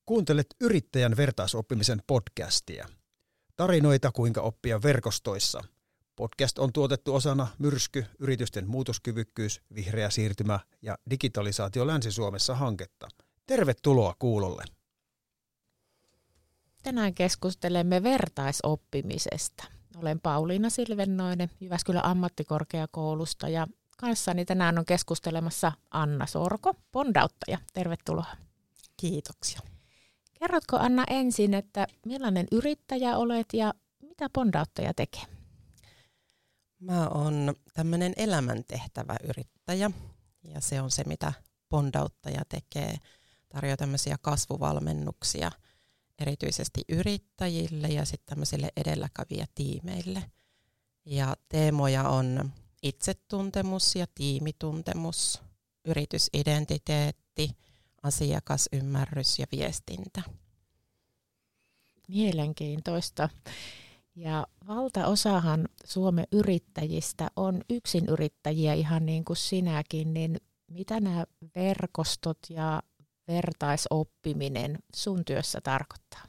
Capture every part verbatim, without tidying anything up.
Kuuntelet Yrittäjän vertaisoppimisen podcastia. Tarinoita, kuinka oppia verkostoissa. Podcast on tuotettu osana Myrsky, yritysten muutoskyvykkyys, vihreä siirtymä ja digitalisaatio Länsi-Suomessa -hanketta. Tervetuloa kuulolle. Tänään keskustelemme vertaisoppimisesta. Olen Pauliina Silvennoinen Jyväskylän ammattikorkeakoulusta ja kanssani tänään on keskustelemassa Anna Sorko, bondauttaja. Tervetuloa. Kiitoksia. Kerrotko Anna ensin, että millainen yrittäjä olet ja mitä bondauttaja tekee? Mä oon tämmöinen elämäntehtävä yrittäjä ja se on se, mitä bondauttaja tekee. Tarjoaa tämmöisiä kasvuvalmennuksia erityisesti yrittäjille ja sitten tämmöisille edelläkävijätiimeille. Ja teemoja on itsetuntemus ja tiimituntemus, yritysidentiteetti, asiakasymmärrys ja viestintä. Mielenkiintoista. Ja valtaosahan Suomen yrittäjistä on yksinyrittäjiä ihan niin kuin sinäkin, niin mitä nämä verkostot ja vertaisoppiminen sun työssä tarkoittaa?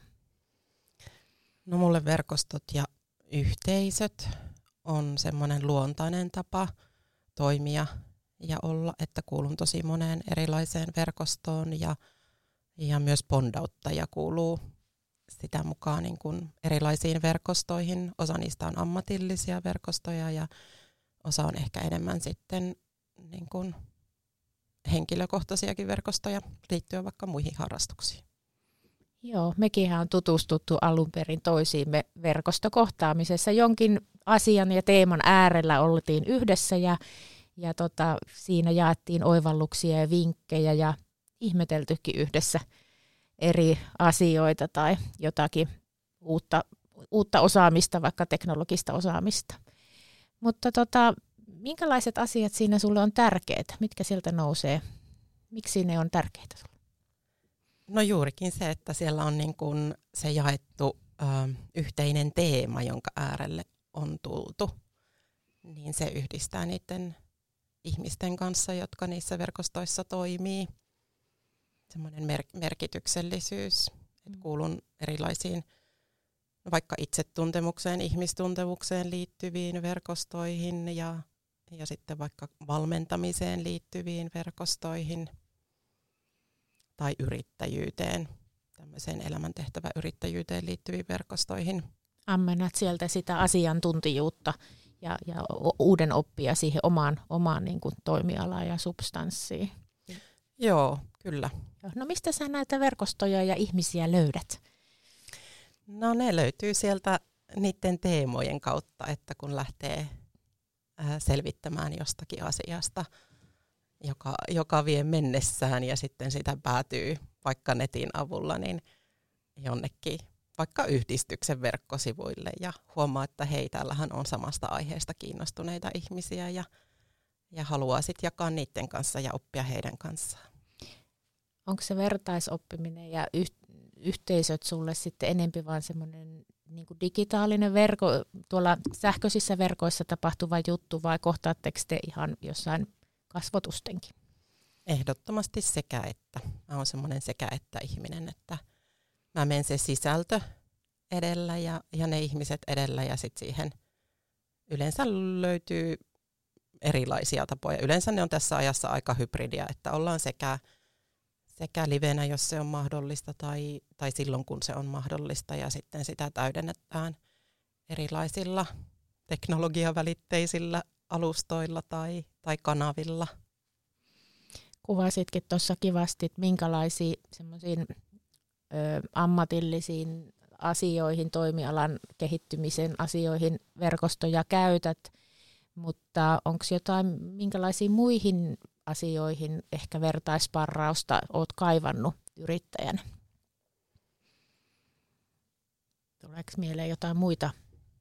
No mulle verkostot ja yhteisöt on semmoinen luontainen tapa toimia ja olla, että kuulun tosi moneen erilaiseen verkostoon ja, ja myös bondauttaja kuuluu sitä mukaan niin kuin erilaisiin verkostoihin. Osa niistä on ammatillisia verkostoja ja osa on ehkä enemmän sitten niin kuin henkilökohtaisiakin verkostoja liittyen vaikka muihin harrastuksiin. Joo, mekinhän on tutustuttu alun perin toisiimme verkostokohtaamisessa. Jonkin asian ja teeman äärellä oltiin yhdessä ja, ja tota, siinä jaettiin oivalluksia ja vinkkejä ja ihmeteltykin yhdessä eri asioita tai jotakin uutta, uutta osaamista, vaikka teknologista osaamista. Mutta tota, minkälaiset asiat siinä sulle on tärkeitä? Mitkä sieltä nousee? Miksi ne on tärkeitä sulle? No juurikin se, että siellä on niin kuin se jaettu ö, yhteinen teema, jonka äärelle on tultu. Niin se yhdistää niiden ihmisten kanssa, jotka niissä verkostoissa toimii. Semmoinen mer- merkityksellisyys, että kuulun erilaisiin no vaikka itsetuntemukseen, ihmistuntemukseen liittyviin verkostoihin ja, ja sitten vaikka valmentamiseen liittyviin verkostoihin tai yrittäjyyteen, tämmöiseen elämäntehtäväyrittäjyyteen liittyviin verkostoihin. Ammennat sieltä sitä asiantuntijuutta ja, ja uuden oppia siihen omaan, omaan niin kuin toimialaan ja substanssiin. Joo, kyllä. No mistä sä näitä verkostoja ja ihmisiä löydät? No ne löytyy sieltä niiden teemojen kautta, että kun lähtee selvittämään jostakin asiasta, joka, joka vie mennessään ja sitten sitä päätyy vaikka netin avulla niin jonnekin vaikka yhdistyksen verkkosivuille ja huomaa, että hei, täällähän on samasta aiheesta kiinnostuneita ihmisiä ja, ja haluaa sitten jakaa niiden kanssa ja oppia heidän kanssaan. Onko se vertaisoppiminen ja yh- yhteisöt sulle sitten enempi vaan semmoinen niin kuin digitaalinen verko, tuolla sähköisissä verkoissa tapahtuva juttu vai kohtaatteko te ihan jossain kasvotustenkin? Ehdottomasti sekä että. Mä oon semmoinen sekä että ihminen, että mä menen se sisältö edellä ja, ja ne ihmiset edellä ja sitten siihen yleensä löytyy erilaisia tapoja. Yleensä ne on tässä ajassa aika hybridiä, että ollaan sekä sekä livenä, jos se on mahdollista, tai, tai silloin, kun se on mahdollista, ja sitten sitä täydennetään erilaisilla teknologiavälitteisillä alustoilla tai, tai kanavilla. Kuvasitkin tuossa kivasti, että minkälaisiin semmoisiin ö, ammatillisiin asioihin, toimialan kehittymisen asioihin verkostoja käytät, mutta onko jotain, minkälaisiin muihin asioihin ehkä vertaisparrausta olet kaivannut yrittäjänä? Tuleeko mieleen jotain muita?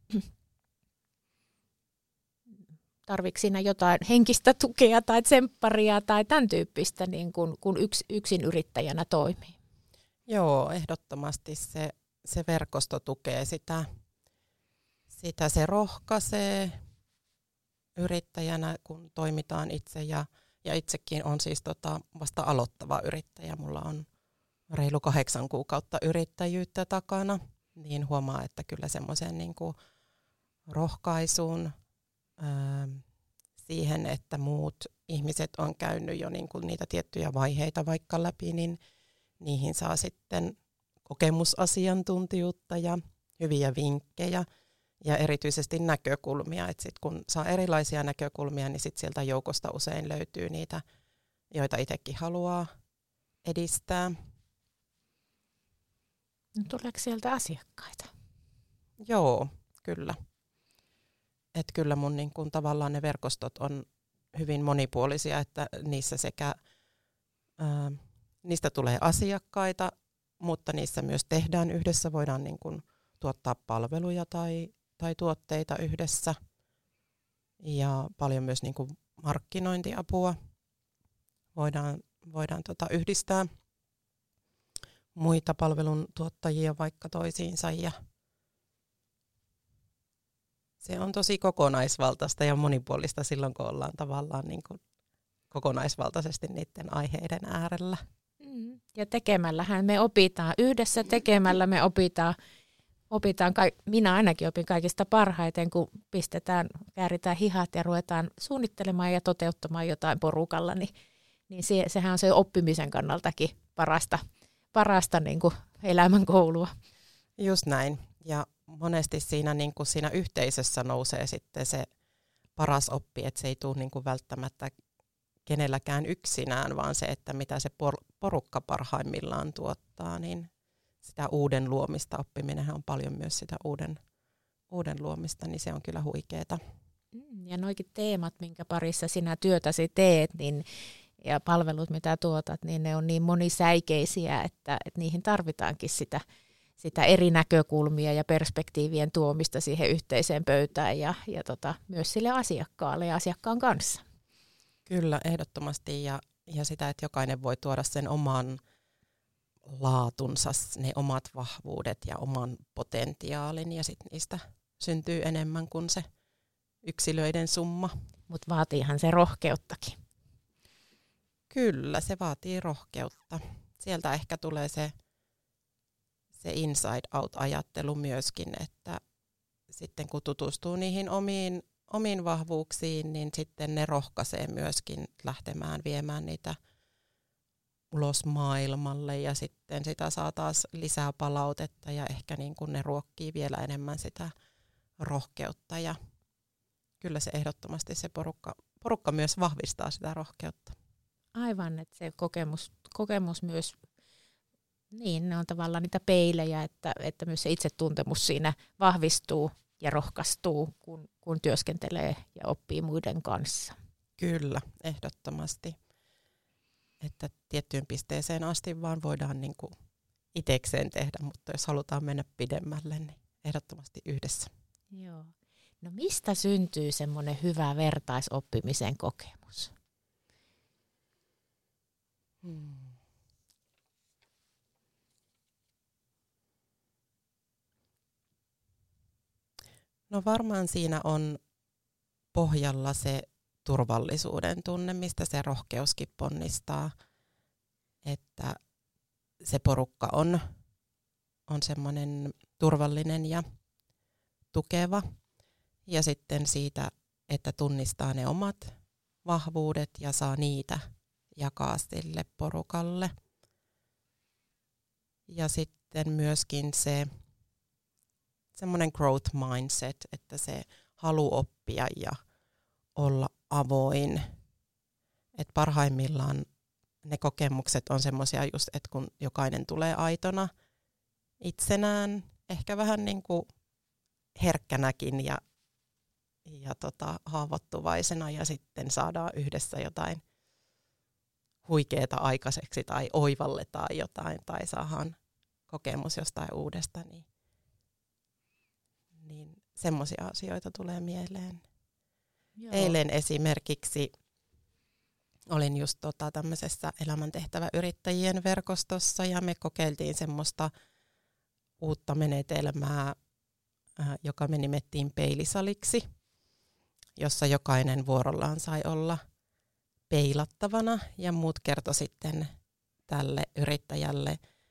Tarvitsetko siinä jotain henkistä tukea tai tsempparia tai tämän tyyppistä, niin kun, kun yks, yksin yrittäjänä toimii? Joo, ehdottomasti se, se verkosto tukee sitä. Sitä se rohkaisee yrittäjänä, kun toimitaan itse ja Ja itsekin on siis tota vasta aloittava yrittäjä. Mulla on reilu kahdeksan kuukautta yrittäjyyttä takana, niin huomaa, että kyllä semmoisen niin kuin rohkaisuun, ää, siihen, että muut ihmiset on käynyt jo niin kuin niitä tiettyjä vaiheita vaikka läpi, niin niihin saa sitten kokemusasiantuntijuutta ja hyviä vinkkejä ja erityisesti näkökulmia. Et sit kun saa erilaisia näkökulmia, niin sit sieltä joukosta usein löytyy niitä, joita itsekin haluaa edistää. No, tuleeko sieltä asiakkaita? Joo, kyllä. Et kyllä mun niin kun tavallaan ne verkostot on hyvin monipuolisia, että niissä sekä ää, niistä tulee asiakkaita, mutta niissä myös tehdään yhdessä, voidaan niin kun tuottaa palveluja tai, tai tuotteita yhdessä ja paljon myös niin kun markkinointiapua voidaan, voidaan tota yhdistää muita palveluntuottajia vaikka toisiinsa ja se on tosi kokonaisvaltaista ja monipuolista silloin, kun ollaan tavallaan niin kuin kokonaisvaltaisesti niiden aiheiden äärellä. Ja tekemällähän me opitaan. Yhdessä tekemällä me opitaan, opitaan minä ainakin opin kaikista parhaiten, kun pistetään, kääritään hihat ja ruvetaan suunnittelemaan ja toteuttamaan jotain porukalla, niin, niin se, sehän on se oppimisen kannaltakin parasta, parasta niin kuin elämän koulua. Just näin. Ja monesti siinä, niin kuin siinä yhteisössä nousee sitten se paras oppi, että se ei tule niin kuin välttämättä kenelläkään yksinään, vaan se, että mitä se por- porukka parhaimmillaan tuottaa, niin sitä uuden luomista, oppiminenhan on paljon myös sitä uuden, uuden luomista, niin se on kyllä huikeeta. Ja noikin teemat, minkä parissa sinä työtäsi teet, niin ja palvelut, mitä tuotat, niin ne on niin monisäikeisiä, että, että niihin tarvitaankin sitä sitä eri näkökulmia ja perspektiivien tuomista siihen yhteiseen pöytään ja, ja tota, myös sille asiakkaalle ja asiakkaan kanssa. Kyllä, ehdottomasti. Ja, ja sitä, että jokainen voi tuoda sen oman laatunsa, ne omat vahvuudet ja oman potentiaalin ja sitten niistä syntyy enemmän kuin se yksilöiden summa. Mutta vaatiihan se rohkeuttakin. Kyllä, se vaatii rohkeutta. Sieltä ehkä tulee se se inside-out-ajattelu myöskin, että sitten kun tutustuu niihin omiin, omiin vahvuuksiin, niin sitten ne rohkaisee myöskin lähtemään viemään niitä ulos maailmalle ja sitten sitä saa taas lisää palautetta ja ehkä niin kuin ne ruokkii vielä enemmän sitä rohkeutta ja kyllä se ehdottomasti se porukka, porukka myös vahvistaa sitä rohkeutta. Aivan, että se kokemus, kokemus myös. Niin, ne on tavallaan niitä peilejä, että, että myös se itsetuntemus siinä vahvistuu ja rohkaistuu, kun, kun työskentelee ja oppii muiden kanssa. Kyllä, ehdottomasti. Että tiettyyn pisteeseen asti vaan voidaan niin kuin itsekseen tehdä, mutta jos halutaan mennä pidemmälle, niin ehdottomasti yhdessä. Joo. No mistä syntyy semmoinen hyvä vertaisoppimisen kokemus? Hmm. No varmaan siinä on pohjalla se turvallisuuden tunne, mistä se rohkeuskin ponnistaa, että se porukka on, on semmoinen turvallinen ja tukeva. Ja sitten siitä, että tunnistaa ne omat vahvuudet ja saa niitä jakaa sille porukalle. Ja sitten myöskin se semmoinen growth mindset, että se halu oppia ja olla avoin. Et parhaimmillaan ne kokemukset on semmoisia just, että kun jokainen tulee aitona itsenään, ehkä vähän niin kuin herkkänäkin ja, ja tota, haavoittuvaisena ja sitten saadaan yhdessä jotain huikeeta aikaiseksi tai oivalletaan jotain tai saadaan kokemus jostain uudesta, niin niin semmoisia asioita tulee mieleen. Joo. Eilen esimerkiksi olin just tota tämmöisessä elämäntehtäväyrittäjien verkostossa ja me kokeiltiin semmoista uutta menetelmää, äh, joka me nimettiin peilisaliksi, jossa jokainen vuorollaan sai olla peilattavana ja muut kertoi sitten tälle yrittäjälle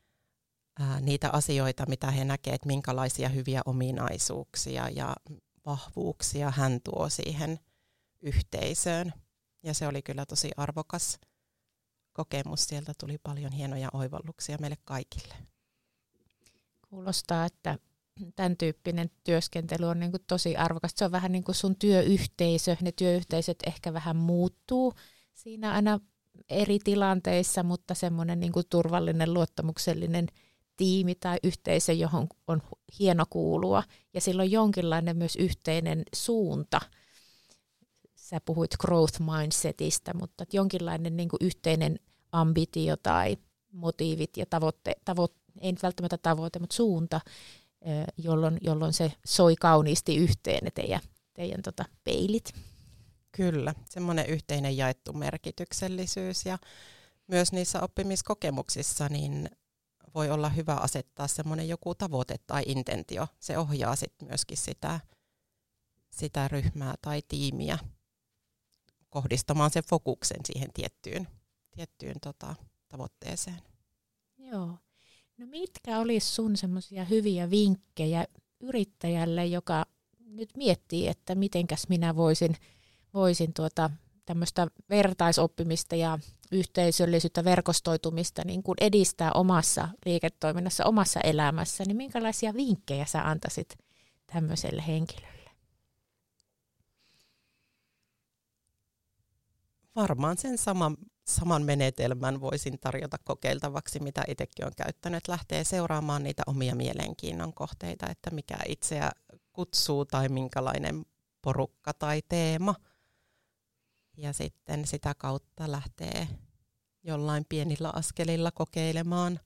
ää, niitä asioita, mitä he näkevät, että minkälaisia hyviä ominaisuuksia ja vahvuuksia hän tuo siihen yhteisöön. Ja se oli kyllä tosi arvokas kokemus. Sieltä tuli paljon hienoja oivalluksia meille kaikille. Kuulostaa, että tämän tyyppinen työskentely on niin kuin tosi arvokasta. Se on vähän niin kuin sun työyhteisö. Ne työyhteisöt ehkä vähän muuttuu siinä aina eri tilanteissa, mutta semmoinen niin kuin turvallinen, luottamuksellinen tiimi tai yhteisö, johon on hieno kuulua. Ja sillä on jonkinlainen myös yhteinen suunta. Sä puhuit growth mindsetistä, mutta jonkinlainen niin kuin yhteinen ambitio tai motiivit ja tavoitte, tavoitte, ei nyt välttämättä tavoite, mutta suunta, jolloin, jolloin se soi kauniisti yhteen ne teidän, teidän tota, peilit. Kyllä, semmoinen yhteinen jaettu merkityksellisyys ja myös niissä oppimiskokemuksissa niin voi olla hyvä asettaa semmoinen joku tavoite tai intentio. Se ohjaa sitten myöskin sitä, sitä ryhmää tai tiimiä kohdistamaan sen fokuksen siihen tiettyyn, tiettyyn tota, tavoitteeseen. Joo. No mitkä olisi sun semmoisia hyviä vinkkejä yrittäjälle, joka nyt miettii, että mitenkäs minä voisin, voisin tuota, tämmöistä vertaisoppimista ja yhteisöllisyyttä, verkostoitumista niin kuin edistää omassa liiketoiminnassa, omassa elämässä, niin minkälaisia vinkkejä sä antaisit tämmöiselle henkilölle? Varmaan sen saman, saman menetelmän voisin tarjota kokeiltavaksi, mitä itsekin olen käyttänyt. Lähtee seuraamaan niitä omia mielenkiinnon kohteita, että mikä itseä kutsuu tai minkälainen porukka tai teema. Ja sitten sitä kautta lähtee jollain pienillä askelilla kokeilemaan,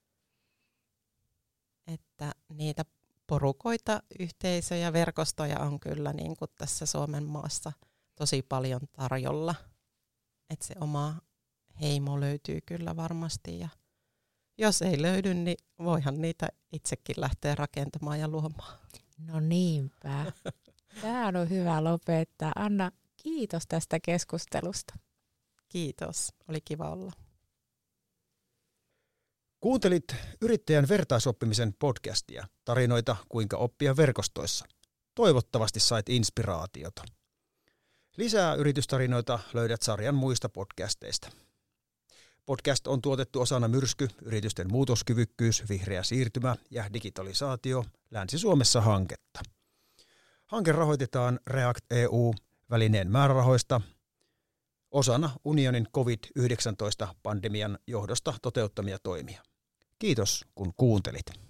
että niitä porukoita, yhteisöjä, verkostoja on kyllä niin kuin tässä Suomen maassa tosi paljon tarjolla. Että se oma heimo löytyy kyllä varmasti ja jos ei löydy, niin voihan niitä itsekin lähteä rakentamaan ja luomaan. No niinpä. Tämä on hyvä lopettaa. Anna, kiitos tästä keskustelusta. Kiitos, oli kiva olla. Kuuntelit Yrittäjän vertaisoppimisen podcastia, tarinoita kuinka oppia verkostoissa. Toivottavasti sait inspiraatiota. Lisää yritystarinoita löydät sarjan muista podcasteista. Podcast on tuotettu osana Myrsky, yritysten muutoskyvykkyys, vihreä siirtymä ja digitalisaatio Länsi-Suomessa hanketta. Hanke rahoitetaan React E U-välineen määrärahoista osana unionin covid yhdeksäntoista -pandemian johdosta toteuttamia toimia. Kiitos kun kuuntelit.